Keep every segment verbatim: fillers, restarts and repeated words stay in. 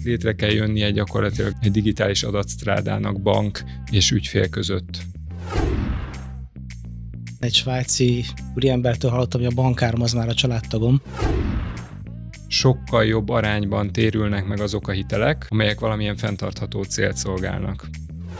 létre kell jönnie gyakorlatilag egy digitális adatsztrádának bank és ügyfél között. Egy svájci úriembertől hallottam, hogy a bankárom az már a családtagom. Sokkal jobb arányban térülnek meg azok a hitelek, amelyek valamilyen fenntartható célt szolgálnak.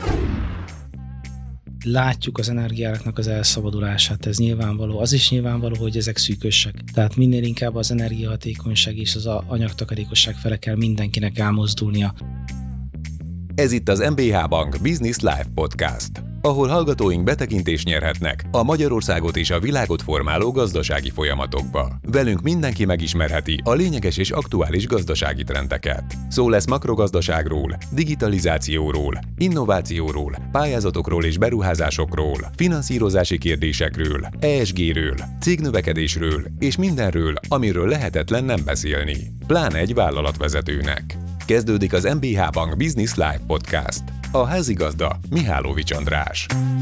Látjuk az energiáraknak az elszabadulását, ez nyilvánvaló. Az is nyilvánvaló, hogy ezek szűkösek. Tehát minél inkább az energiahatékonyság és az anyagtakarékosság fele kell mindenkinek elmozdulnia. Ez itt az em bé há Bank Business Live Podcast, ahol hallgatóink betekintést nyerhetnek a Magyarországot és a világot formáló gazdasági folyamatokba. Velünk mindenki megismerheti a lényeges és aktuális gazdasági trendeket. Szó lesz makrogazdaságról, digitalizációról, innovációról, pályázatokról és beruházásokról, finanszírozási kérdésekről, é es gé-ről, cégnövekedésről és mindenről, amiről lehetetlen nem beszélni, pláne egy vállalatvezetőnek. Kezdődik az em bé há Bank Business Live Podcast. A házigazda Mihálovics András.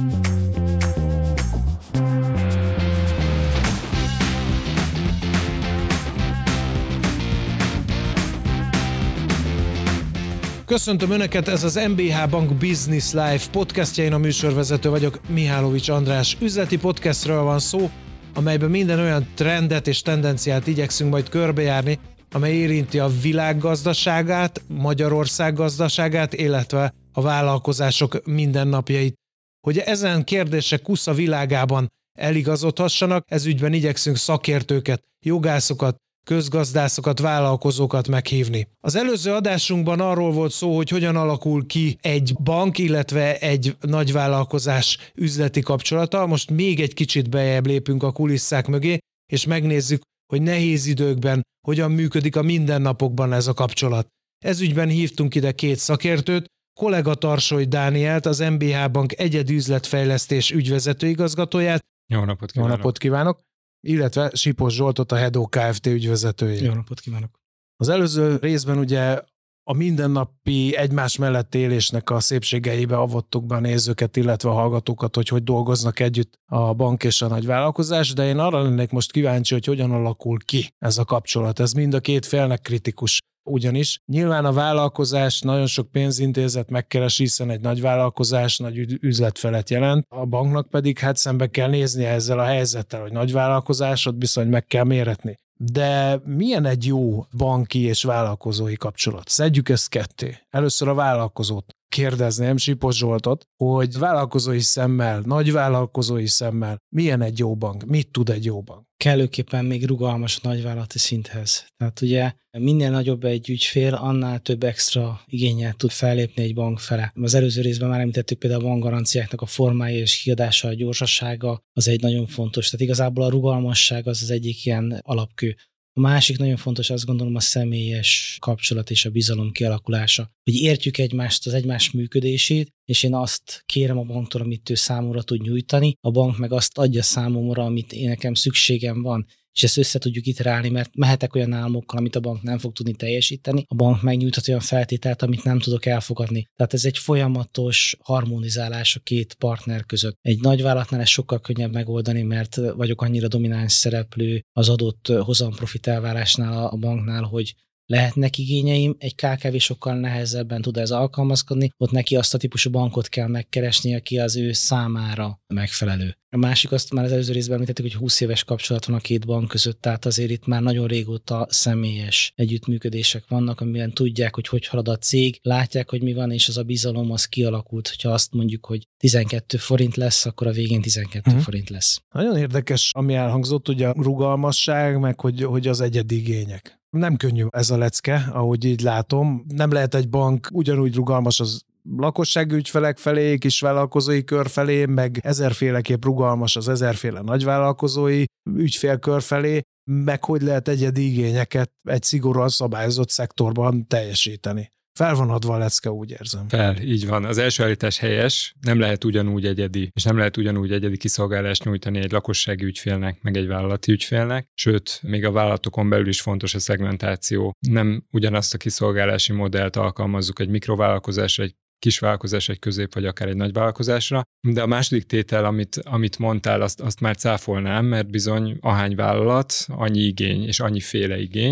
Köszöntöm Önöket, ez az em bé há Bank Business Live podcastja, én a műsorvezető vagyok, Mihálovics András. Üzleti podcastről van szó, amelyben minden olyan trendet és tendenciát igyekszünk majd körbejárni, amely érinti a világgazdaságát, Magyarország gazdaságát, illetve a vállalkozások mindennapjait. Hogy ezen kérdések kusza világában eligazodhassanak, ez ügyben igyekszünk szakértőket, jogászokat, közgazdászokat, vállalkozókat meghívni. Az előző adásunkban arról volt szó, hogy hogyan alakul ki egy bank, illetve egy nagyvállalkozás üzleti kapcsolata. Most még egy kicsit bejebb lépünk a kulisszák mögé, és megnézzük, hogy nehéz időkben hogyan működik a mindennapokban ez a kapcsolat. Ez ügyben hívtunk ide két szakértőt, kollega Tarsoly Dánielt, az em bé há Bank egyedi üzletfejlesztés ügyvezető igazgatóját. Jó napot kívánok! Jó napot kívánok! Illetve Sipos Zsoltot, a Hedó Kft. Ügyvezetőjét. Jó napot kívánok! Az előző részben ugye a mindennapi egymás mellett élésnek a szépségeibe avattuk be a nézőket, illetve a hallgatókat, hogy hogy dolgoznak együtt a bank és a nagyvállalkozás, de én arra lennék most kíváncsi, hogy hogyan alakul ki ez a kapcsolat. Ez mind a két félnek kritikus. Ugyanis nyilván a vállalkozás nagyon sok pénzintézet megkeresi, hiszen egy nagy vállalkozás nagy üzletfelet jelent, a banknak pedig hát szembe kell néznie ezzel a helyzettel, hogy nagy vállalkozás, ott bizony meg kell méretni. De milyen egy jó banki és vállalkozói kapcsolat? Szedjük ezt ketté. Először a vállalkozót kérdezném, Sipos Zsoltot, hogy vállalkozói szemmel, nagy vállalkozói szemmel milyen egy jó bank? Mit tud egy jó bank? Kellőképpen még rugalmas a nagyvállalati szinthez. Tehát ugye minél nagyobb egy ügyfél, annál több extra igénnyel tud fellépni egy bank fele. Az előző részben már említettük például a bankgaranciáknak a formája és kiadása, a gyorsasága, az egy nagyon fontos. Tehát igazából a rugalmasság az az egyik ilyen alapkő. A másik nagyon fontos, azt gondolom, a személyes kapcsolat és a bizalom kialakulása. Hogy értjük egymást, az egymás működését, és én azt kérem a banktól, amit ő számomra tud nyújtani, a bank meg azt adja számomra, amit én nekem szükségem van, és ezt össze tudjuk iterálni, mert mehetek olyan álmokkal, amit a bank nem fog tudni teljesíteni, a bank megnyújthat olyan feltételt, amit nem tudok elfogadni. Tehát ez egy folyamatos harmonizálás a két partner között. Egy nagyvállalatnál ez sokkal könnyebb megoldani, mert vagyok annyira domináns szereplő az adott hozamprofit elvárásnál a banknál, hogy lehetnek igényeim, egy ká ká vé sokkal nehezebben tud ez alkalmazkodni, ott neki azt a típusú bankot kell megkeresni, aki az ő számára megfelelő. A másik, azt már az előző részben említettük, hogy húsz éves kapcsolat van a két bank között, tehát azért itt már nagyon régóta személyes együttműködések vannak, amiben tudják, hogy hogy halad a cég, látják, hogy mi van, és az a bizalom az kialakult, hogyha azt mondjuk, hogy tizenkét forint lesz, akkor a végén tizenkét uh-huh. forint lesz. Nagyon érdekes, ami elhangzott, ugye a rugalmasság, meg hogy, hogy az egyedi igények. Nem könnyű ez a lecke, ahogy így látom. Nem lehet egy bank ugyanúgy rugalmas az lakossági ügyfelek felé, kisvállalkozói kör felé, meg ezerféleképp rugalmas az ezerféle nagyvállalkozói ügyfélkör felé, meg hogy lehet egyedi igényeket egy szigorúan szabályozott szektorban teljesíteni. Fel van adva a lecke, úgy érzem. Fel, így van. Az első állítás helyes, nem lehet ugyanúgy egyedi, és nem lehet ugyanúgy egyedi kiszolgálást nyújtani egy lakossági ügyfélnek, meg egy vállalati ügyfélnek, sőt, még a vállalatokon belül is fontos a szegmentáció. Nem ugyanazt a kiszolgálási modellt alkalmazzuk egy mikrovállalkozásra, egy kisvállalkozás, egy közép vagy akár egy nagy vállalkozásra. De a második tétel, amit, amit mondtál, azt, azt már cáfolnám, mert bizony ahány vállalat, annyi igény és annyi féle igény,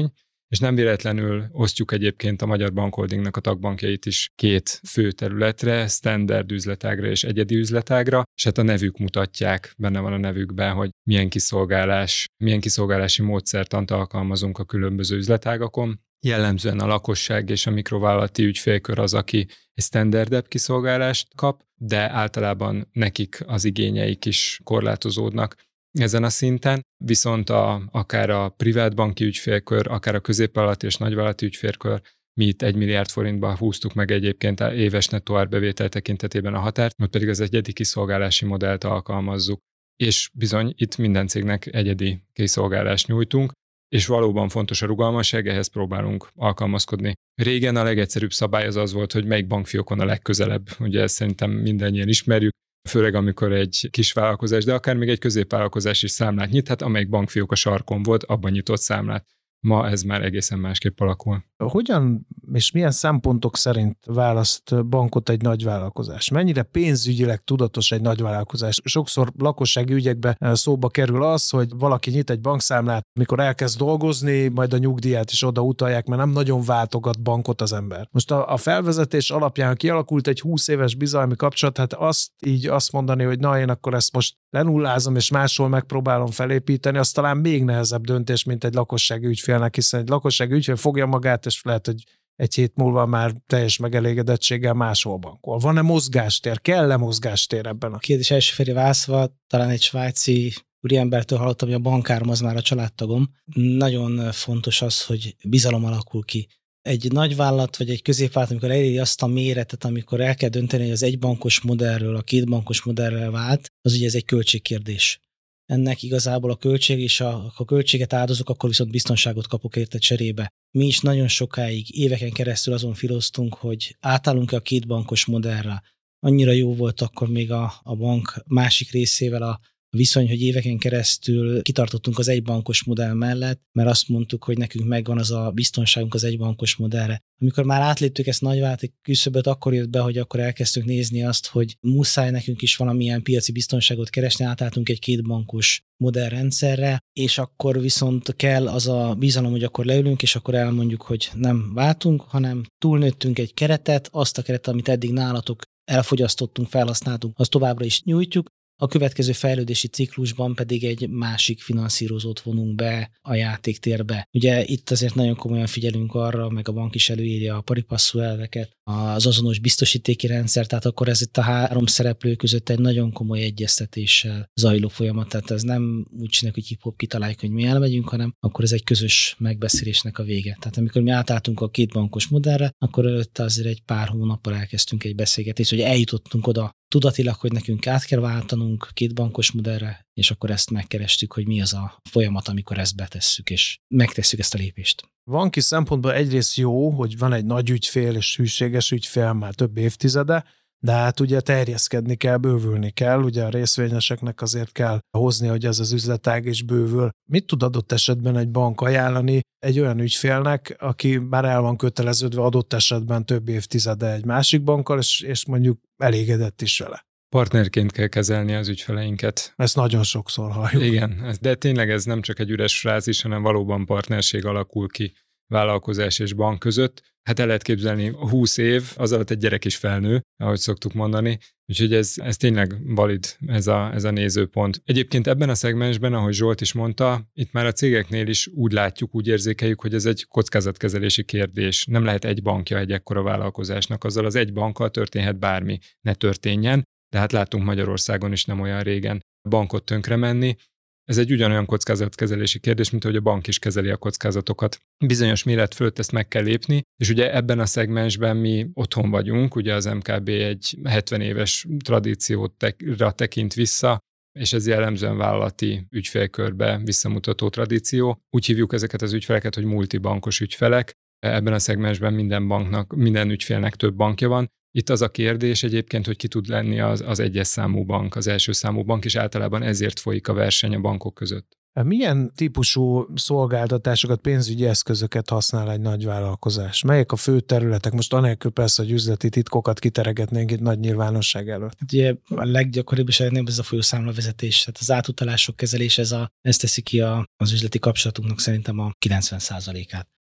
és nem véletlenül osztjuk egyébként a Magyar Bankholdingnak a tagbankjait is két fő területre, standard üzletágra és egyedi üzletágra, és hát a nevük mutatják, benne van a nevükben, hogy milyen kiszolgálás, milyen kiszolgálási módszertant alkalmazunk a különböző üzletágakon. Jellemzően a lakosság és a mikrovállalati ügyfélkör az, aki egy standardebb kiszolgálást kap, de általában nekik az igényeik is korlátozódnak ezen a szinten, viszont a, akár a privátbanki ügyfélkör, akár a középvállalati és nagyvállalati ügyfélkör, mi itt egy milliárd forintba húztuk meg egyébként éves nettó árbevétel tekintetében a határt, ott pedig az egyedi kiszolgálási modellt alkalmazzuk. És bizony itt minden cégnek egyedi kiszolgálást nyújtunk, és valóban fontos a rugalmasság, ehhez próbálunk alkalmazkodni. Régen a legegyszerűbb szabály az az volt, hogy melyik bankfiókon a legközelebb, ugye ezt szerintem mindannyian ismerjük, főleg amikor egy kis vállalkozás, de akár még egy középvállalkozás is számlát nyit, hát amelyik bankfiók a sarkon volt, abban nyitott számlát. Ma ez már egészen másképp alakul. Hogyan és milyen szempontok szerint választ bankot egy nagyvállalkozás? Mennyire pénzügyileg tudatos egy nagyvállalkozás? Sokszor lakossági ügyekben szóba kerül az, hogy valaki nyit egy bankszámlát, mikor elkezd dolgozni, majd a nyugdíját is oda utalják, mert nem nagyon váltogat bankot az ember. Most a, a felvezetés alapján kialakult egy húsz éves bizalmi kapcsolat, hát azt így azt mondani, hogy na én akkor ezt most lenullázom és máshol megpróbálom felépíteni, az talán még nehezebb döntés, mint egy lakossági ügyfélnek, hiszen egy lakossági ügyfél fogja magát, és lehet, hogy egy hét múlva már teljes megelégedettséggel máshol bankol. Van-e mozgástér? Kell-e mozgástér ebben? A kérdés első felé válaszolva, talán egy svájci úriembertől hallottam, hogy a bankárom az már a családtagom. Nagyon fontos az, hogy bizalom alakul ki. Egy nagyvállalat vagy egy középvállalat, amikor eléri azt a méretet, amikor el kell dönteni, hogy az egybankos modellről a kétbankos modellre vált, az ugye ez egy költségkérdés. Ennek igazából a költség, és a, a költséget áldozok, akkor viszont biztonságot kapok érte cserébe. Mi is nagyon sokáig, éveken keresztül azon filoztunk, hogy átállunk-e a kétbankos modellre. Annyira jó volt akkor még a, a bank másik részével a viszony, hogy éveken keresztül kitartottunk az egybankos modell mellett, mert azt mondtuk, hogy nekünk megvan az a biztonságunk az egybankos modellre. Amikor már átléptük ezt nagyvállalati küszöböt, akkor jött be, hogy akkor elkezdtünk nézni azt, hogy muszáj nekünk is valamilyen piaci biztonságot keresni, átálltunk egy kétbankos modellrendszerre, és akkor viszont kell az a bizalom, hogy akkor leülünk, és akkor elmondjuk, hogy nem váltunk, hanem túlnőttünk egy keretet, azt a keretet, amit eddig nálatok elfogyasztottunk, felhasználtunk, azt továbbra is nyújtjuk. A következő fejlődési ciklusban pedig egy másik finanszírozót vonunk be a játéktérbe. Ugye itt azért nagyon komolyan figyelünk arra, meg a bank is előírja a paripasszú elveket, az azonos biztosítéki rendszer, tehát akkor ez itt a három szereplő között egy nagyon komoly egyeztetéssel zajló folyamat, tehát ez nem úgy csináljuk, hogy hip-hop kitaláljuk, hogy mi elmegyünk, hanem akkor ez egy közös megbeszélésnek a vége. Tehát amikor mi átálltunk a kétbankos modellre, akkor előtte azért egy pár hónappal elkezdtünk egy beszélgetést, hogy eljutottunk oda tudatilag, hogy nekünk át kell váltanunk kétbankos modellre, és akkor ezt megkerestük, hogy mi az a folyamat, amikor ezt betesszük, és megtesszük ezt a lépést. Banki szempontból egyrészt jó, hogy van egy nagy ügyfél és hűséges ügyfél már több évtizede, de hát ugye terjeszkedni kell, bővülni kell, ugye a részvényeseknek azért kell hozni, hogy ez az üzletág is bővül. Mit tud adott esetben egy bank ajánlani egy olyan ügyfélnek, aki már el van köteleződve adott esetben több évtizede egy másik bankkal, és, és mondjuk elégedett is vele? Partnerként kell kezelni az ügyfeleinket. Ezt nagyon sokszor halljuk. Igen, de tényleg ez nem csak egy üres frázis, hanem valóban partnerség alakul ki vállalkozás és bank között. Hát el lehet képzelni, húsz év, az alatt egy gyerek is felnő, ahogy szoktuk mondani, úgyhogy ez, ez tényleg valid, ez a, ez a nézőpont. Egyébként ebben a szegmensben, ahogy Zsolt is mondta, itt már a cégeknél is úgy látjuk, úgy érzékeljük, hogy ez egy kockázatkezelési kérdés. Nem lehet egy bankja egy ekkora vállalkozásnak, azzal az egy bankkal történhet bármi, ne történjen, de hát láttunk Magyarországon is nem olyan régen bankot tönkre menni. Ez egy ugyanolyan kockázatkezelési kérdés, mint hogy a bank is kezeli a kockázatokat. Bizonyos méret fölött ezt meg kell lépni, és ugye ebben a szegmensben mi otthon vagyunk, ugye az em ká bé egy hetven éves tradícióra tekint vissza, és ez jellemzően vállalati ügyfélkörbe visszamutató tradíció. Úgy hívjuk ezeket az ügyfeleket, hogy multibankos ügyfelek. Ebben a szegmensben minden banknak, minden ügyfélnek több bankja van. Itt az a kérdés egyébként, hogy ki tud lenni az, az egyes számú bank, az első számú bank, és általában ezért folyik a verseny a bankok között. Milyen típusú szolgáltatásokat, pénzügyi eszközöket használ egy nagy vállalkozás? Melyek a fő területek? Most anélkül persze, hogy üzleti titkokat kiteregetnénk itt nagy nyilvánosság előtt. Ugye a leggyakoribb is ez a folyószámlavezetés, tehát az átutalások kezelése, ez, a, ez teszi ki a, az üzleti kapcsolatunknak szerintem a kilencven százalékát.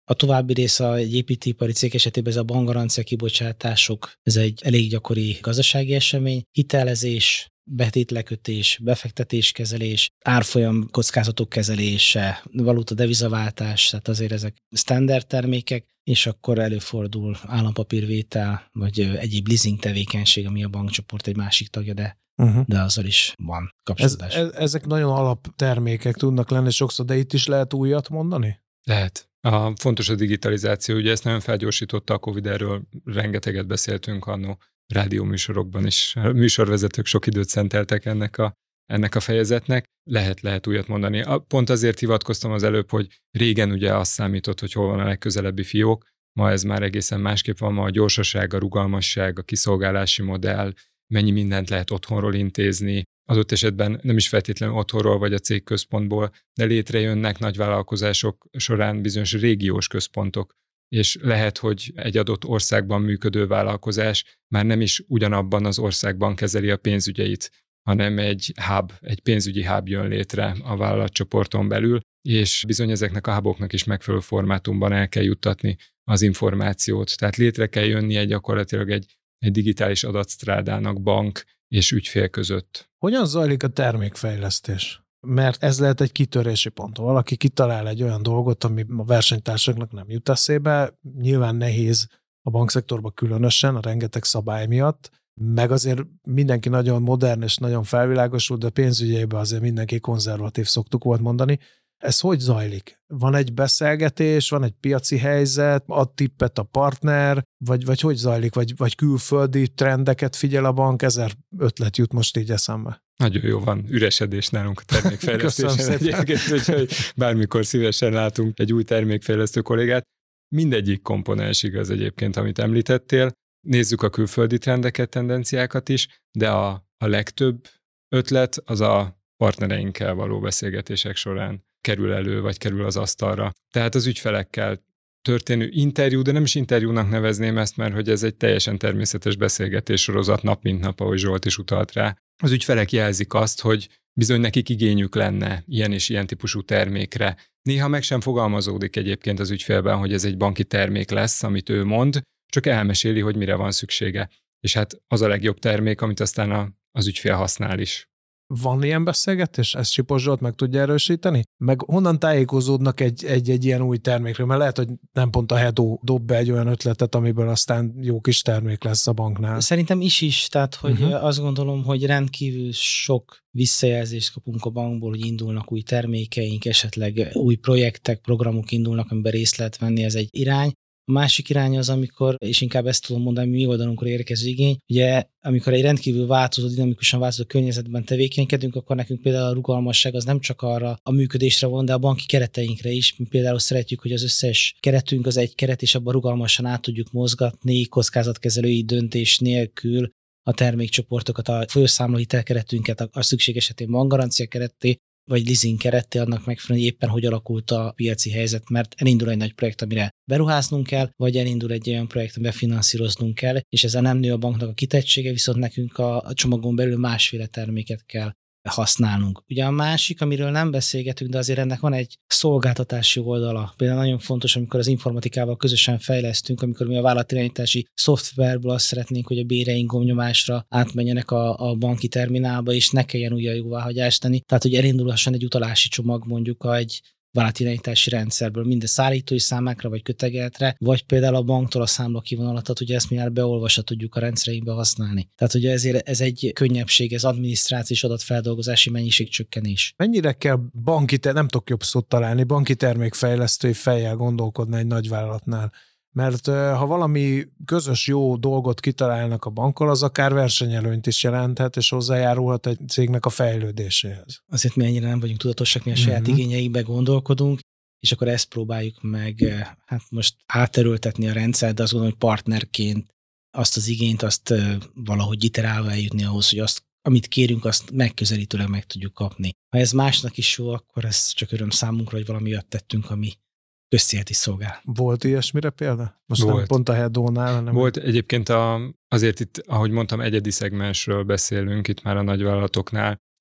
A további része egy építőipari cég esetében ez a bankgarancia kibocsátások, ez egy elég gyakori gazdasági esemény, hitelezés, betétlekötés, befektetéskezelés, árfolyam kockázatok kezelése, valuta devizaváltás, tehát azért ezek standard termékek, és akkor előfordul állampapírvétel, vagy egyéb leasing tevékenység, ami a bankcsoport egy másik tagja, de, uh-huh. de azzal is van kapcsolódás. Ez, ezek nagyon alaptermékek tudnak lenni sokszor, de itt is lehet újat mondani? Lehet. A fontos a digitalizáció, ugye ezt nagyon felgyorsította a Covid, erről rengeteget beszéltünk annó rádióműsorokban is. A műsorvezetők sok időt szenteltek ennek a, ennek a fejezetnek. Lehet, lehet újat mondani. Pont azért hivatkoztam az előbb, hogy régen ugye azt számított, hogy hol van a legközelebbi fiók, ma ez már egészen másképp van, ma a gyorsaság, a rugalmasság, a kiszolgálási modell, mennyi mindent lehet otthonról intézni, adott esetben nem is feltétlenül otthonról vagy a cégközpontból, de létrejönnek nagyvállalkozások során bizonyos régiós központok, és lehet, hogy egy adott országban működő vállalkozás már nem is ugyanabban az országban kezeli a pénzügyeit, hanem egy hub, egy pénzügyi hub jön létre a vállalatcsoporton belül, és bizony ezeknek a huboknak is megfelelő formátumban el kell juttatni az információt. Tehát létre kell jönnie gyakorlatilag egy, egy digitális adatsztrádának bank és ügyfél között. Hogyan zajlik a termékfejlesztés? Mert ez lehet egy kitörési pont. Valaki kitalál egy olyan dolgot, ami a versenytársaknak nem jut eszébe. Nyilván nehéz a bankszektorban különösen, a rengeteg szabály miatt, meg azért mindenki nagyon modern és nagyon felvilágosult, de pénzügyében azért mindenki konzervatív, szoktuk volt mondani. Ez hogy zajlik? Van egy beszélgetés, van egy piaci helyzet, ad tippet a partner, vagy, vagy hogy zajlik? Vagy, vagy külföldi trendeket figyel a bank? Ezer ötlet jut most így eszembe. Nagyon jó, van üresedés nálunk a termékfejlesztésen egyébként, úgyhogy bármikor szívesen látunk egy új termékfejlesztő kollégát. Mindegyik komponens igaz egyébként, amit említettél. Nézzük a külföldi trendeket, tendenciákat is, de a, a legtöbb ötlet az a partnereinkkel való beszélgetések során kerül elő, vagy kerül az asztalra. Tehát az ügyfelekkel történő interjú, de nem is interjúnak nevezném ezt, mert hogy ez egy teljesen természetes beszélgetés sorozat nap mint nap, ahogy Zsolt is utalt rá. Az ügyfelek jelzik azt, hogy bizony nekik igényük lenne ilyen és ilyen típusú termékre. Néha meg sem fogalmazódik egyébként az ügyfélben, hogy ez egy banki termék lesz, amit ő mond, csak elmeséli, hogy mire van szüksége. És hát az a legjobb termék, amit aztán a, az ügyfél használ is. Van ilyen beszélgetés? Ezt Sipos Zsolt meg tudja erősíteni? Meg honnan tájékozódnak egy, egy, egy ilyen új termékről? Mert lehet, hogy nem pont a Hedó dob be egy olyan ötletet, amiből aztán jó kis termék lesz a banknál. Szerintem is is, tehát hogy uh-huh. azt gondolom, hogy rendkívül sok visszajelzést kapunk a bankból, hogy indulnak új termékeink, esetleg új projektek, programok indulnak, amiben részt lehet venni, ez egy irány. A másik irány az, amikor, és inkább ezt tudom mondani, mi oldalunkról érkező igény, ugye amikor egy rendkívül változó, dinamikusan változó környezetben tevékenykedünk, akkor nekünk például a rugalmasság az nem csak arra a működésre van, de a banki kereteinkre is. Mi például szeretjük, hogy az összes keretünk az egy keret, és abban rugalmasan át tudjuk mozgatni, kockázatkezelői döntés nélkül a termékcsoportokat, a folyószámla hitelkeretünket, a szükség esetén bankgarancia keretté, vagy leasing keretté annak megfelelően, hogy éppen hogy alakult a piaci helyzet, mert elindul egy nagy projekt, amire beruháznunk kell, vagy elindul egy olyan projekt, amiben finanszíroznunk kell, és ezzel nem nő a banknak a kitettsége, viszont nekünk a csomagon belül másféle terméket kell használnunk. Ugye a másik, amiről nem beszélgetünk, de azért ennek van egy szolgáltatási oldala. Például nagyon fontos, amikor az informatikával közösen fejlesztünk, amikor mi a vállalatirányítási szoftverből azt szeretnénk, hogy a béreink gomnyomásra átmenjenek a, a banki terminálba, és ne kelljen újra jóváhagyást tenni. Tehát, hogy elindulhasson egy utalási csomag mondjuk egy vállalatirányítási rendszerből, minden szállítói számákra vagy kötegeltre, vagy például a banktól a számla kivonalatot, ugye ezt mi már beolvasva tudjuk a rendszereinkbe használni. Tehát ugye ezért ez egy könnyebbség, ez adminisztrációs adatfeldolgozási mennyiségcsökkenés. Mennyire kell banki, te- nem tudok jobb szót találni, banki termékfejlesztői fejjel gondolkodni egy nagyvállalatnál? Mert ha valami közös jó dolgot kitalálnak a bankkal, az akár versenyelőnyt is jelenthet, és hozzájárulhat egy cégnek a fejlődéséhez. Azért mi ennyire nem vagyunk tudatosak, mi a saját uh-huh. igényeinkbe gondolkodunk, és akkor ezt próbáljuk meg hát most áterőltetni a rendszert, de azt gondolom, hogy partnerként azt az igényt, azt valahogy iterálva eljutni ahhoz, hogy azt, amit kérünk, azt megközelítőleg meg tudjuk kapni. Ha ez másnak is jó, akkor ez csak öröm számunkra, hogy valami olyat tettünk, ami közcélt is szolgál. Volt ilyesmire példa? Most Volt. Nem pont a Hedónál, hanem... Volt egyébként a, azért itt, ahogy mondtam, egyedi szegmensről beszélünk itt már a nagyvállalatoknál.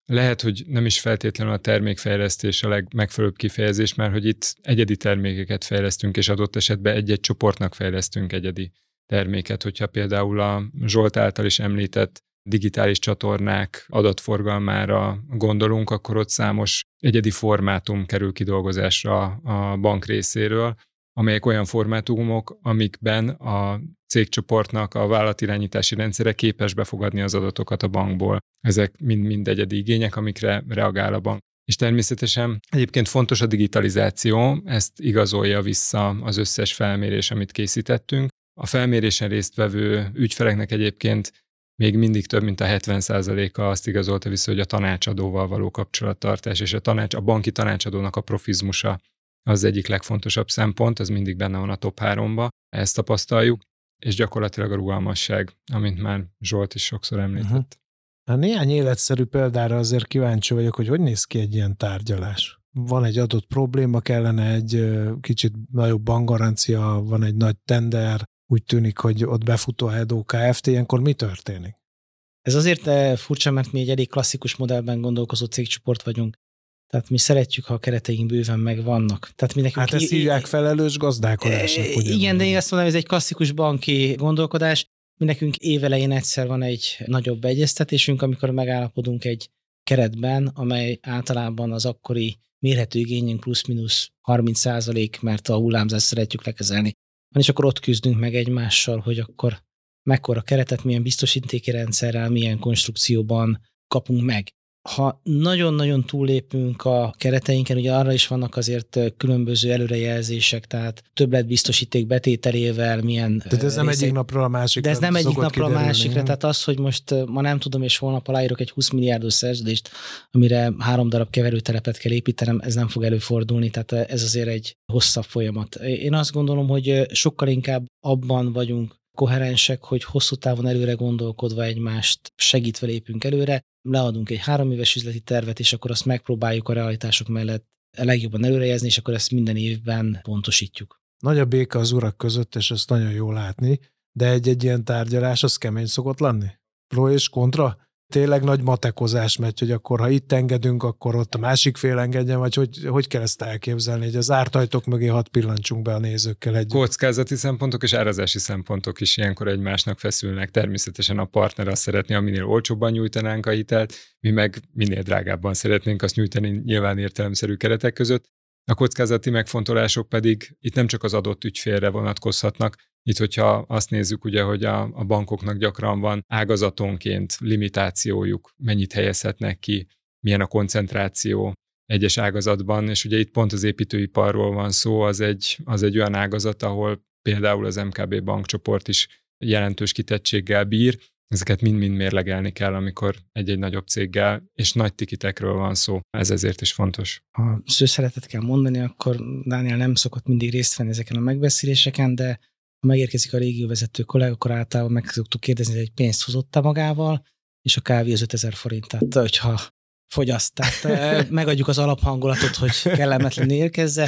lehet, hogy nem is feltétlenül a termékfejlesztés a legmegfelelőbb kifejezés, mert hogy itt egyedi termékeket fejlesztünk, és adott esetben egy-egy csoportnak fejlesztünk egyedi terméket. Hogyha például a Zsolt által is említett digitális csatornák adatforgalmára gondolunk, akkor ott számos egyedi formátum kerül kidolgozásra a bank részéről, amelyek olyan formátumok, amikben a cégcsoportnak a vállalatirányítási rendszere képes befogadni az adatokat a bankból. Ezek mind-mind egyedi igények, amikre reagál a bank. És természetesen egyébként fontos a digitalizáció, ezt igazolja vissza az összes felmérés, amit készítettünk. A felmérésen résztvevő ügyfeleknek egyébként még mindig több mint a hetven százaléka azt igazolta vissza, hogy a tanácsadóval való kapcsolattartás, és a, tanács, a banki tanácsadónak a profizmusa az egyik legfontosabb szempont, az mindig benne van a top háromba, ezt tapasztaljuk, és gyakorlatilag a rugalmasság, amint már Zsolt is sokszor említett. Uh-huh. Hát néhány életszerű példára azért kíváncsi vagyok, hogy hogy néz ki egy ilyen tárgyalás. Van egy adott probléma, kellene egy kicsit nagyobb bankgarancia, van egy nagy tender, úgy tűnik, hogy ott befutó a Hedó Kft. Ilyenkor mi történik? Ez azért furcsa, mert mi egy elég klasszikus modellben gondolkozó cégcsoport vagyunk. Tehát mi szeretjük, ha a kereteink bőven megvannak. Tehát mi hát ezt hívják felelős gazdálkodásnak. Igen, de én azt mondom, ez egy klasszikus banki gondolkodás. Mi nekünk évelején egyszer van egy nagyobb egyeztetésünk, amikor megállapodunk egy keretben, amely általában az akkori mérhető igényünk plusz-minusz harminc százalék, mert a hullámzást szeretjük lekezelni. És akkor ott küzdünk meg egymással, hogy akkor mekkora keretet, milyen biztosítéki rendszerrel, milyen konstrukcióban kapunk meg. Ha nagyon-nagyon túllépünk a kereteinken, ugye arra is vannak azért különböző előrejelzések, tehát többletbiztosíték betételével, milyen... Tehát ez nem részek, egyik napról a másikra. De ez nem egyik napról a másikra, tehát az, hogy most ma nem tudom, és holnap aláírok egy húsz milliárdos szerződést, amire három darab keverőtelepet kell építenem, ez nem fog előfordulni, tehát ez azért egy hosszabb folyamat. Én azt gondolom, hogy sokkal inkább abban vagyunk koherensek, hogy hosszú távon előre gondolkodva egymást segítve lépünk előre, leadunk egy három éves üzleti tervet, és akkor azt megpróbáljuk a realitások mellett legjobban előrejelzni, és akkor ezt minden évben pontosítjuk. Nagy a béka az urak között, és ezt nagyon jól látni, de egy-egy ilyen tárgyalás, az kemény szokott lenni? Pro és kontra? Tényleg nagy matekozás megy, hogy akkor ha itt engedünk, akkor ott a másik fél engedjen, vagy hogy, hogy kell ezt elképzelni, hogy az zárt ajtók mögé hat pillancsunk be a nézőkkel együtt? Kockázati szempontok és árazási szempontok is ilyenkor egymásnak feszülnek. Természetesen a partner azt szeretné, aminél olcsóbban nyújtanánk a hitelt, mi meg minél drágábban szeretnénk azt nyújtani nyilván értelemszerű keretek között. A kockázati megfontolások pedig itt nem csak az adott ügyfélre vonatkozhatnak. Itt, hogyha azt nézzük, ugye, hogy a, a bankoknak gyakran van ágazatonként limitációjuk, mennyit helyezhetnek ki, milyen a koncentráció egyes ágazatban, és ugye itt pont az építőiparról van szó, az egy, az egy olyan ágazat, ahol például az em ká bé bankcsoport is jelentős kitettséggel bír, ezeket mind-mind mérlegelni kell, amikor egy-egy nagyobb céggel és nagy tikitekről van szó. Ez ezért is fontos. Ha szőszeletet kell mondani, akkor Dániel nem szokott mindig részt venni ezeken a megbeszéléseken, de ha megérkezik a régióvezető kollega, akkor általában meg szoktuk kérdezni, hogy egy pénzt hozott-e magával, és a kávé az ötezer forint. Tehát, hogyha fogyaszt, tehát megadjuk az alaphangulatot, hogy kellemetlenül érkezze,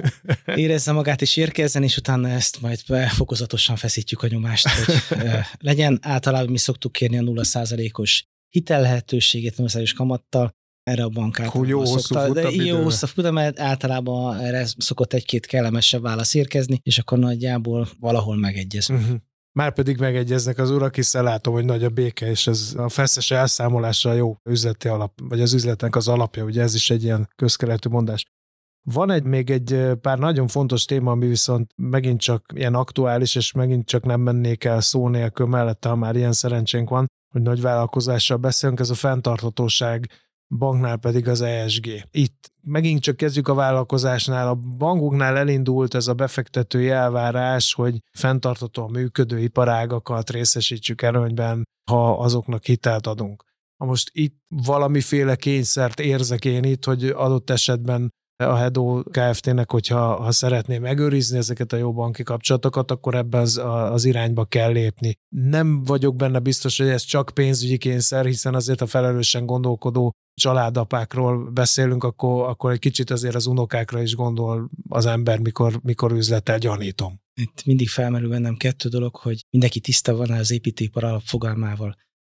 érezze magát és érkezzen, és utána ezt majd fokozatosan feszítjük a nyomást, hogy legyen. Általában mi szoktuk kérni a nulla százalékos hitellehetőséget, nulla százalékos kamattal, erre a bank általában jó szokta, de jó hosszabb futam, mert általában erre szokott egy-két kellemesebb válasz érkezni, és akkor nagyjából valahol megegyezünk. Uh-huh. Márpedig megegyeznek az urak, hiszen látom, hogy nagy a béke, és ez a feszes elszámolásra jó üzleti alap, vagy az üzletnek az alapja, ugye ez is egy ilyen közkeletű mondás. Van egy még egy pár nagyon fontos téma, ami viszont megint csak ilyen aktuális, és megint csak nem mennék el szó nélkül mellette, ha már ilyen szerencsénk van, hogy nagy vállalkozással beszélünk, ez a fenntarthatóság, banknál pedig az e es gé. Itt megint csak kezdjük a vállalkozásnál, a bankoknál elindult ez a befektetői elvárás, hogy fenntarthatóan működő iparágakat részesítsük előnyben, ha azoknak hitelt adunk. Ha most itt valamiféle kényszert érzek én itt, hogy adott esetben a Hedó Kft-nek, hogyha ha szeretné megőrizni ezeket a jó banki kapcsolatokat, akkor ebben az, az irányba kell lépni. Nem vagyok benne biztos, hogy ez csak pénzügyi kényszer, hiszen azért a felelősen gondolkodó családapákról beszélünk, akkor, akkor egy kicsit azért az unokákra is gondol az ember, mikor, mikor üzletel, gyanítom. Itt mindig felmerül bennem kettő dolog, hogy mindenki tiszta van az építőipar alapfogalmával.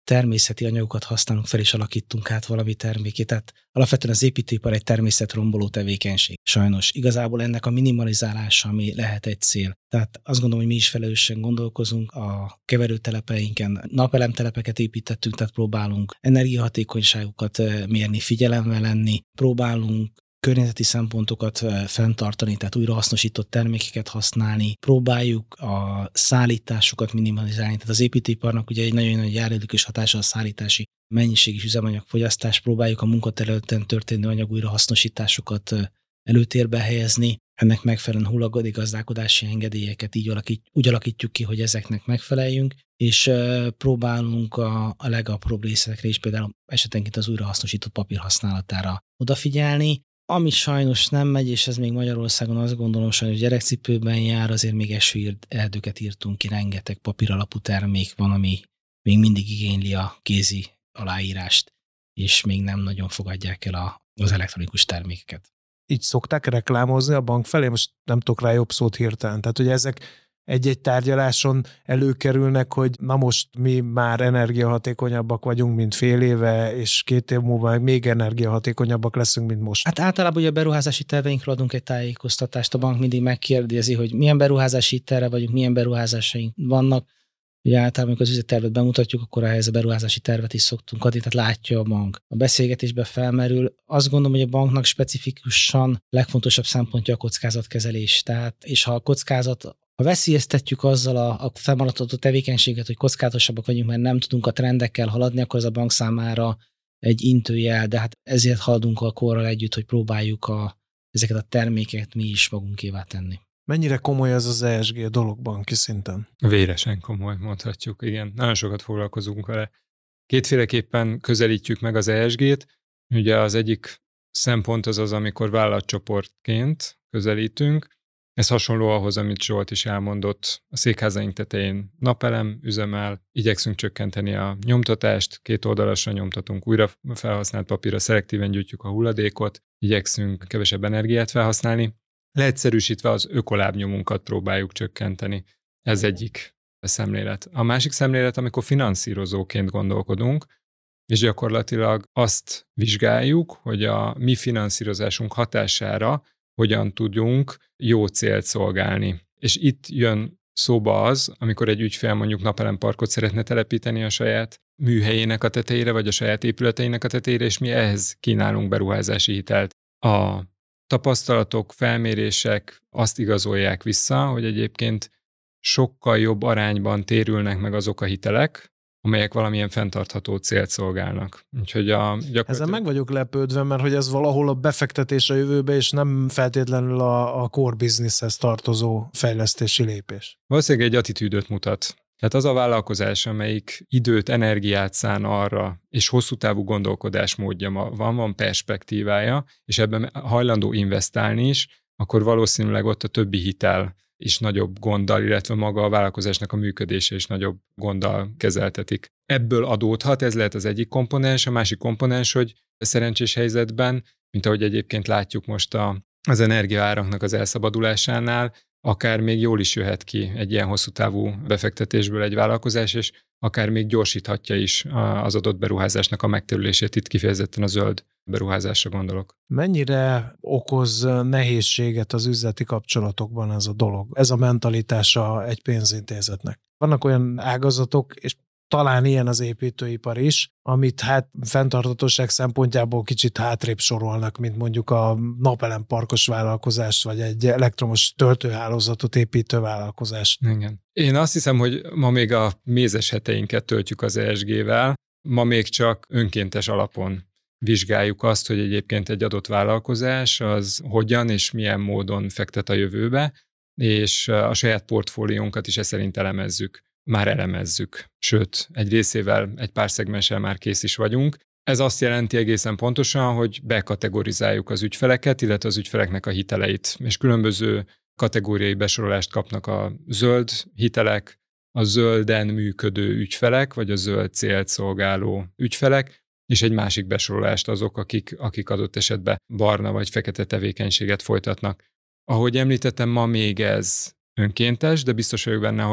természeti anyagokat használunk fel, és alakítunk át valami termékét. Tehát alapvetően az építőipar egy természetromboló tevékenység. Sajnos igazából ennek a minimalizálása, ami lehet egy cél. Tehát azt gondolom, hogy mi is felelősen gondolkozunk a keverőtelepeinken. Napelemtelepeket építettünk, tehát próbálunk energiahatékonyságukat mérni, figyelemmel lenni, próbálunk környezeti szempontokat fenntartani, tehát újrahasznosított termékeket használni, próbáljuk a szállításokat minimalizálni. Tehát az építőiparnak ugye egy nagyon nagy járulékos hatása a szállítási mennyiség és üzemanyagfogyasztás, próbáljuk a munkaterületen történő anyag újrahasznosításokat előtérbe helyezni, ennek megfelelően hulladékgazdálkodási engedélyeket így alakít, úgy alakítjuk ki, hogy ezeknek megfeleljünk, és próbálunk a, a legapróbb részletekre is, például esetenként az újrahasznosított papír használatára odafigyelni. Ami sajnos nem megy, és ez még Magyarországon azt gondolom, sajnos gyerekcipőben jár, azért még esőerdőket írtunk ki, rengeteg papíralapú termék van, ami még mindig igényli a kézi aláírást, és még nem nagyon fogadják el a, az elektronikus termékeket. Így szokták reklámozni a bank felé? Most nem tudok rá jobb szót hirtelen. Tehát, hogy ezek egy-egy tárgyaláson előkerülnek, hogy na most mi már energiahatékonyabbak vagyunk, mint fél éve, és két év múlva még energiahatékonyabbak leszünk, mint most. Hát általában ugye a beruházási terveinkről adunk egy tájékoztatást, a bank mindig megkérdezi, hogy milyen beruházási terve vagyunk, milyen beruházásaink vannak. Ugye általában, amikor az üzlettervet bemutatjuk, akkor ehhez a beruházási tervet is szoktunk adni, tehát látja a bank. A beszélgetésben felmerül. Azt gondolom, hogy a banknak specifikusan legfontosabb szempontja a kockázatkezelés. Tehát, és ha a kockázat, ha veszélyeztetjük azzal a, a felmaradható tevékenységet, hogy kockázatosabbak vagyunk, mert nem tudunk a trendekkel haladni, akkor ez a bank számára egy intőjel, de hát ezért haladunk a korral együtt, hogy próbáljuk a, ezeket a termékeket mi is magunkévá tenni. Mennyire komoly ez az E S G dolog banki szinten? Véresen komoly, mondhatjuk, igen. Nagyon sokat foglalkozunk vele. Kétféleképpen közelítjük meg az E S G-t. Ugye az egyik szempont az az, amikor vállalatcsoportként közelítünk. Ez hasonló ahhoz, amit Zsolt is elmondott. A székházaink tetején napelem üzemel, igyekszünk csökkenteni a nyomtatást, két oldalasra nyomtatunk, újra felhasznált papírra, szelektíven gyűjtjük a hulladékot, igyekszünk kevesebb energiát felhasználni. Leegyszerűsítve az ökolábnyomunkat próbáljuk csökkenteni. Ez egyik szemlélet. A másik szemlélet, amikor finanszírozóként gondolkodunk, és gyakorlatilag azt vizsgáljuk, hogy a mi finanszírozásunk hatására hogyan tudjunk jó célt szolgálni. És itt jön szóba az, amikor egy ügyfél mondjuk napelemparkot szeretne telepíteni a saját műhelyének a tetejére, vagy a saját épületeinek a tetejére, és mi ehhez kínálunk beruházási hitelt. A tapasztalatok, felmérések azt igazolják vissza, hogy egyébként sokkal jobb arányban térülnek meg azok a hitelek, amelyek valamilyen fenntartható célt szolgálnak. Úgyhogy a gyakorlatilag... Ezen meg vagyok lepődve, mert hogy ez valahol a befektetés a jövőbe, és nem feltétlenül a, a core businesshez tartozó fejlesztési lépés. Valószínűleg egy attitűdöt mutat. Tehát az a vállalkozás, amelyik időt, energiát szán arra, és hosszú távú gondolkodásmódja van, van perspektívája, és ebben hajlandó investálni is, akkor valószínűleg ott a többi hitel is nagyobb gonddal, illetve maga a vállalkozásnak a működése is nagyobb gonddal kezeltetik. Ebből adódhat, ez lehet az egyik komponens, a másik komponens, hogy a szerencsés helyzetben, mint ahogy egyébként látjuk most a, az energiaáraknak az elszabadulásánál, akár még jól is jöhet ki egy ilyen hosszú távú befektetésből egy vállalkozás, és akár még gyorsíthatja is az adott beruházásnak a megterülését, itt kifejezetten a zöld beruházásra gondolok. Mennyire okoz nehézséget az üzleti kapcsolatokban ez a dolog? Ez a mentalitása egy pénzintézetnek. Vannak olyan ágazatok, és talán ilyen az építőipar is, amit hát fenntarthatóság szempontjából kicsit hátrébb sorolnak, mint mondjuk a napelemparkos vállalkozást, vagy egy elektromos töltőhálózatot építő vállalkozást. Igen. Én azt hiszem, hogy ma még a mézes heteinket töltjük az E S G-vel, ma még csak önkéntes alapon vizsgáljuk azt, hogy egyébként egy adott vállalkozás az hogyan és milyen módon fektet a jövőbe, és a saját portfóliónkat is e szerint elemezzük. Már elemezzük. Sőt, egy részével, egy pár szegmenssel már kész is vagyunk. Ez azt jelenti egészen pontosan, hogy bekategorizáljuk az ügyfeleket, illetve az ügyfeleknek a hiteleit, és különböző kategóriai besorolást kapnak a zöld hitelek, a zölden működő ügyfelek, vagy a zöld célt szolgáló ügyfelek, és egy másik besorolást azok, akik, akik adott esetben barna vagy fekete tevékenységet folytatnak. Ahogy említettem, ma még ez önkéntes, de biztos vagyok benne, hogy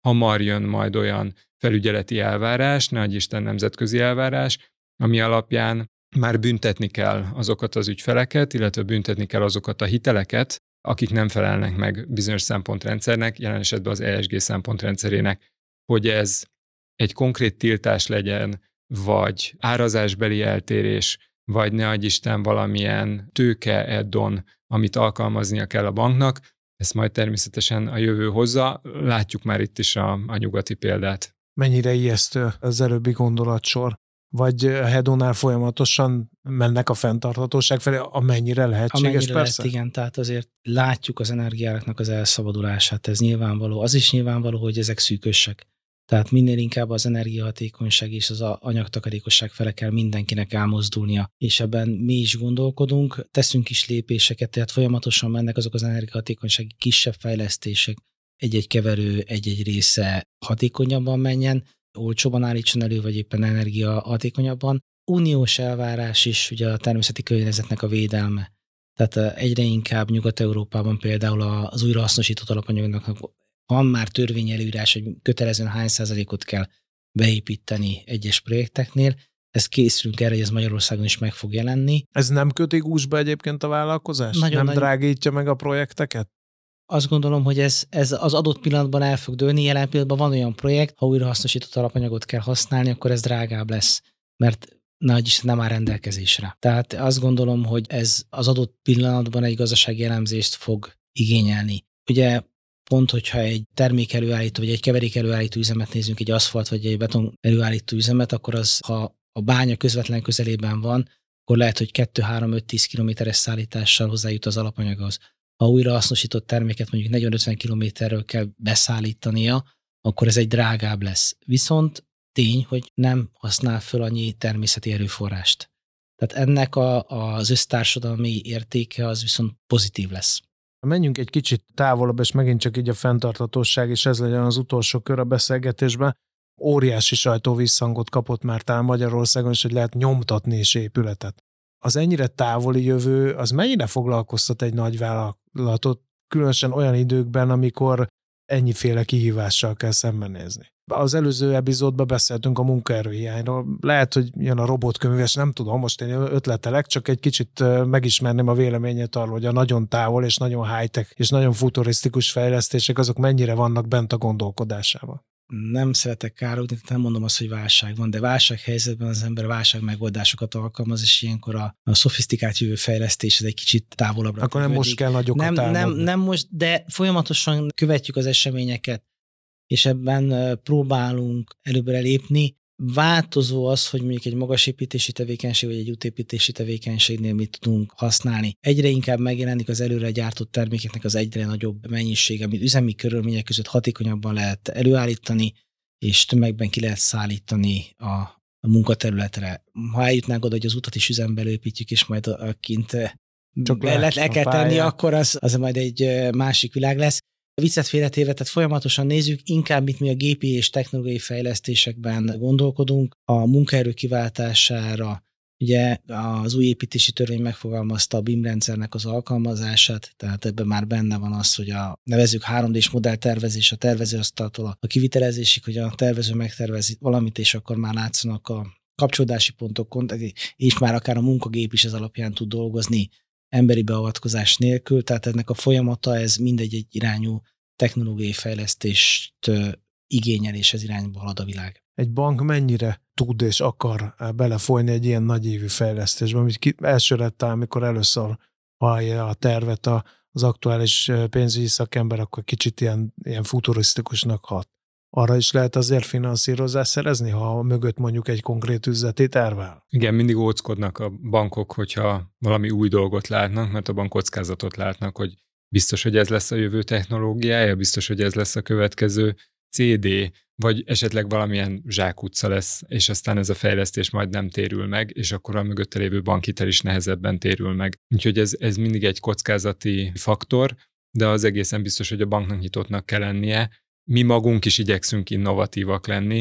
hamar jön majd olyan felügyeleti elvárás, ne adj Isten nemzetközi elvárás, ami alapján már büntetni kell azokat az ügyfeleket, illetve büntetni kell azokat a hiteleket, akik nem felelnek meg bizonyos szempontrendszernek, jelen esetben az E S G szempontrendszerének, hogy ez egy konkrét tiltás legyen, vagy árazásbeli eltérés, vagy ne adj Isten valamilyen tőke add-on, amit alkalmaznia kell a banknak, ezt majd természetesen a jövő hozza. Látjuk már itt is a, a nyugati példát. Mennyire ijesztő az előbbi gondolatsor? Vagy a hedonnál folyamatosan mennek a fenntarthatóság felé, amennyire lehetséges, amennyire persze? Lehet, igen, tehát azért látjuk az energiáraknak az elszabadulását, ez nyilvánvaló. Az is nyilvánvaló, hogy ezek szűkösek. Tehát minél inkább az energiahatékonyság és az anyagtakarékosság fele kell mindenkinek elmozdulnia, és ebben mi is gondolkodunk, teszünk is lépéseket, tehát folyamatosan mennek azok az energiahatékonysági kisebb fejlesztések, egy-egy keverő, egy-egy része hatékonyabban menjen, olcsóban állítson elő, vagy éppen energia hatékonyabban. Uniós elvárás is ugye a természeti környezetnek a védelme. Tehát egyre inkább Nyugat-Európában például az újrahasznosított alapanyagoknak van már törvény előírás, hogy kötelezően hány százalékot kell beépíteni egyes projekteknél. Ezt készülünk erre, hogy ez Magyarországon is meg fog jelenni. Ez nem köti gúzsba egyébként a vállalkozás? Nagyon, nem nagyon... drágítja meg a projekteket? Azt gondolom, hogy ez, ez az adott pillanatban el fog dőlni. Jelen pillanatban van olyan projekt, ha újrahasznosított alapanyagot kell használni, akkor ez drágább lesz, mert nagy is nem áll rendelkezésre. Tehát azt gondolom, hogy ez az adott pillanatban egy gazdasági elemzést fog igényelni. Ugye pont, hogyha egy termék előállító, vagy egy keverék előállító üzemet nézünk, egy aszfalt, vagy egy beton előállító üzemet, akkor az, ha a bánya közvetlen közelében van, akkor lehet, hogy kettő három öt tíz kilométeres szállítással hozzájut az alapanyaghoz. Ha újrahasznosított terméket mondjuk negyven-ötven kilométerről kell beszállítania, akkor ez egy drágább lesz. Viszont tény, hogy nem használ föl annyi természeti erőforrást. Tehát ennek a, az össztársadalmi értéke az viszont pozitív lesz. Menjünk egy kicsit távolabb, és megint csak így a fenntarthatóság, és ez legyen az utolsó kör a beszélgetésben. Óriási sajtóvízhangot kapott már talán Magyarországon is, hogy lehet nyomtatni is épületet. Az ennyire távoli jövő, az mennyire foglalkoztat egy nagy vállalatot, különösen olyan időkben, amikor ennyiféle kihívással kell szembenézni. Az előző epizódban beszéltünk a munkaerőhiányról. Lehet, hogy jön a robotköműves, nem tudom, most én ötletelek, csak egy kicsit megismerném a véleményét arról, hogy a nagyon távol és nagyon high-tech és nagyon futurisztikus fejlesztések, azok mennyire vannak bent a gondolkodásában. Nem szeretek károgni, nem mondom azt, hogy válság van, de válsághelyzetben az ember válság megoldásokat alkalmaz, és ilyenkor a, a szofisztikált jövőfejlesztés ez egy kicsit távolabbra. Akkor nem most kell nagyokat nem, álmodni. nem, nem most, de folyamatosan követjük az eseményeket, és ebben próbálunk előbbre lépni. Változó az, hogy mondjuk egy magasépítési tevékenység, vagy egy útépítési tevékenységnél mit tudunk használni. Egyre inkább megjelenik az előre gyártott termékeknek az egyre nagyobb mennyisége, amit üzemi körülmények között hatékonyabban lehet előállítani, és tömegben ki lehet szállítani a, a munkaterületre. Ha eljutnánk oda, hogy az utat is üzembe építjük, és majd a, a kint csak le, le kell tenni, akkor az, az majd egy másik világ lesz. A viccet félretéve, tehát folyamatosan nézzük, inkább itt mi a gépi és technológiai fejlesztésekben gondolkodunk, a munkaerő kiváltására, ugye az új építési törvény megfogalmazta a bé i em rendszernek az alkalmazását, tehát ebben már benne van az, hogy a nevezzük három dés modelltervezés a tervezőasztaltól a kivitelezésig, hogy a tervező megtervezi valamit, és akkor már látszanak a kapcsolódási pontok, és már akár a munkagép is ez alapján tud dolgozni, emberi beavatkozás nélkül, tehát ennek a folyamata, ez mindegy egy irányú technológiai fejlesztést igényel, és ez irányba halad a világ. Egy bank mennyire tud és akar belefolyni egy ilyen nagyévű fejlesztésbe, amit ki, elsőre talán, amikor először hallja a tervet az aktuális pénzügyi szakember, akkor kicsit ilyen, ilyen futurisztikusnak hat. Arra is lehet azért finanszírozást szerezni, ha mögött mondjuk egy konkrét üzleti terv áll? Igen, mindig óckodnak a bankok, hogyha valami új dolgot látnak, mert abban kockázatot látnak, hogy biztos, hogy ez lesz a jövő technológiája, biztos, hogy ez lesz a következő cé dé, vagy esetleg valamilyen zsákutca lesz, és aztán ez a fejlesztés majd nem térül meg, és akkor a mögötte lévő bankhitel is nehezebben térül meg. Úgyhogy ez, ez mindig egy kockázati faktor, de az egészen biztos, hogy a banknak nyitottnak kell lennie. Mi magunk is igyekszünk innovatívak lenni,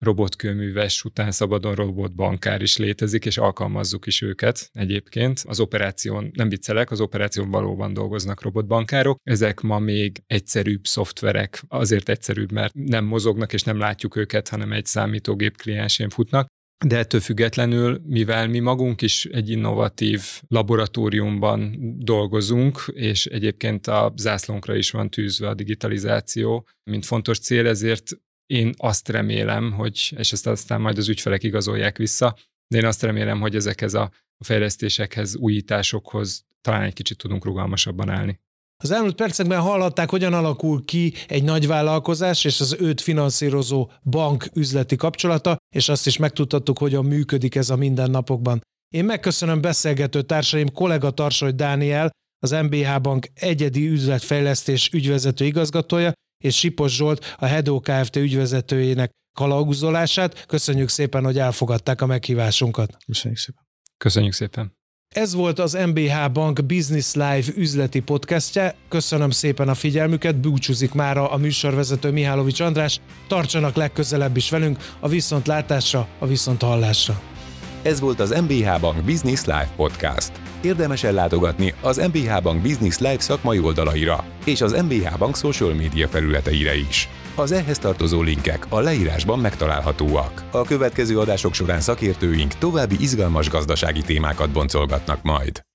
robotkőműves, után szabadon robotbankár is létezik, és alkalmazzuk is őket egyébként. Az operáción, nem viccelek, az operáción valóban dolgoznak robotbankárok. Ezek ma még egyszerűbb szoftverek, azért egyszerűbb, mert nem mozognak és nem látjuk őket, hanem egy számítógép kliensén futnak. De ettől függetlenül, mivel mi magunk is egy innovatív laboratóriumban dolgozunk, és egyébként a zászlónkra is van tűzve a digitalizáció, mint fontos cél, ezért én azt remélem, hogy, és ezt aztán majd az ügyfelek igazolják vissza, de én azt remélem, hogy ezekhez a fejlesztésekhez, újításokhoz talán egy kicsit tudunk rugalmasabban állni. Az elmúlt percekben hallhatták, hogyan alakul ki egy nagy vállalkozás és az őt finanszírozó bank üzleti kapcsolata, és azt is megtudhattuk, hogyan működik ez a mindennapokban. Én megköszönöm beszélgető társaim, kollega Tarsoly Dániel, az em bé há Bank egyedi üzletfejlesztés ügyvezető igazgatója, és Sipos Zsolt, a Hedó Kft. Ügyvezetőjének kalauzolását. Köszönjük szépen, hogy elfogadták a meghívásunkat. Köszönjük szépen. Köszönjük szépen. Ez volt az em bé há Bank Business Live üzleti podcastje. Köszönöm szépen a figyelmüket, búcsúzik mára a műsorvezető Mihálovics András. Tartsanak legközelebb is velünk, a viszontlátásra, a viszonthallásra. Ez volt az em bé há Bank Business Live Podcast. Érdemes ellátogatni az em bé há Bank Business Live szakmai oldalaira és az em bé há Bank social media felületeire is. Az ehhez tartozó linkek a leírásban megtalálhatóak. A következő adások során szakértőink további izgalmas gazdasági témákat boncolgatnak majd.